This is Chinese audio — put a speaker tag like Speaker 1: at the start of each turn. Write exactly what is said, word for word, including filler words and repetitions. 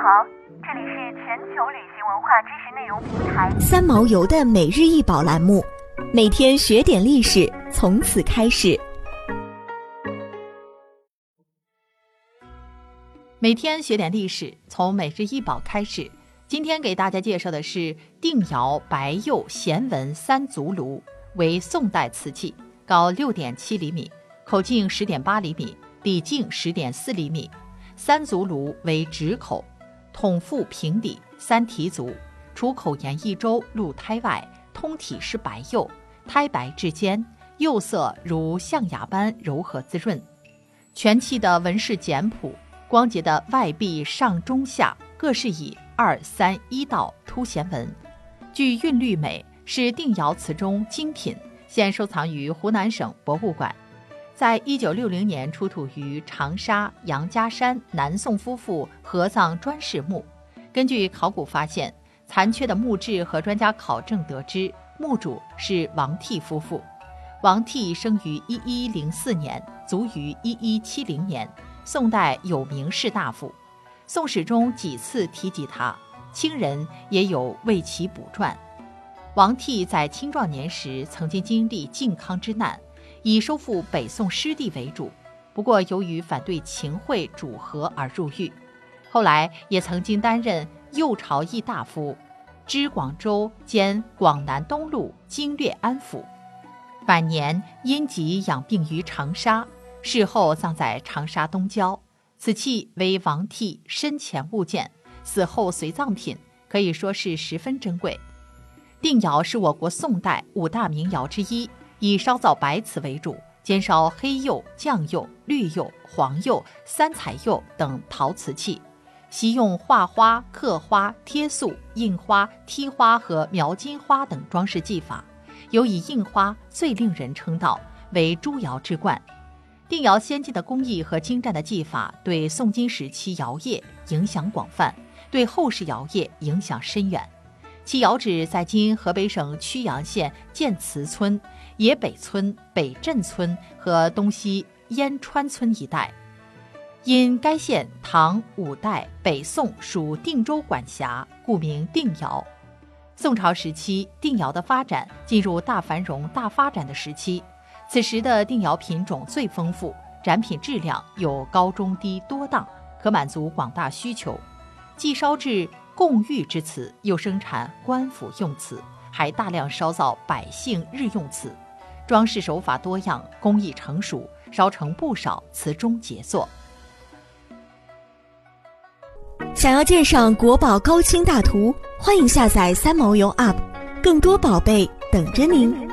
Speaker 1: 好，这里是全球旅行文化知识内容平台
Speaker 2: 三毛游的每日一宝栏目，每天学点历史，从此开始。
Speaker 3: 每天学点历史，从每日一宝开始。今天给大家介绍的是定窑白釉弦纹三足炉，为宋代瓷器，高 六点七厘米，口径 十点八厘米，底径 十点四厘米。三足炉为直口，筒腹平底，三提足，除口沿一周露胎外，通体是白釉，胎白至坚，釉色如象牙般柔和滋润。全器的纹饰简朴，光洁的外壁上中下各是以二三一道凸弦纹，具韵律美，是定窑瓷中精品，现收藏于湖南省博物馆。在一九六零年出土于长沙杨家山南宋夫妇合葬砖室墓。根据考古发现，残缺的墓志和专家考证得知，墓主是王棣夫妇。王棣生于一一零四年，卒于一一七零年，宋代有名士大夫。宋史中几次提及他，清人也有为其补传。王棣在青壮年时曾经经历靖康之难，以收复北宋失地为主，不过由于反对秦桧主和而入狱。后来也曾经担任右朝议大夫，知广州兼广南东路经略安抚。晚年因疾养病于长沙，事后葬在长沙东郊。此器为王棣生前物件，死后随葬品，可以说是十分珍贵。定窑是我国宋代五大名窑之一，以烧造白瓷为主，兼烧黑釉、酱釉、绿釉、黄釉、三彩釉等陶瓷器，习用画花、刻花、贴塑、印花、剔花和描金花等装饰技法，尤以印花最令人称道，为诸窑之冠。定窑先进的工艺和精湛的技法，对宋金时期窑业影响广泛，对后世窑业影响深远。其窑址在今河北省曲阳县建祠村、野北村、北镇村和东西烟川村一带。因该县唐、五代、北宋属定州管辖，故名定窑。宋朝时期，定窑的发展进入大繁荣、大发展的时期。此时的定窑品种最丰富，展品质量有高中低多档，可满足广大需求。既烧制贡玉之瓷，又生产官府用瓷，还大量烧造百姓日用瓷，装饰手法多样，工艺成熟，烧成不少瓷中杰作。
Speaker 2: 想要鉴赏国宝高清大图，欢迎下载三毛游 App， 更多宝贝等着您。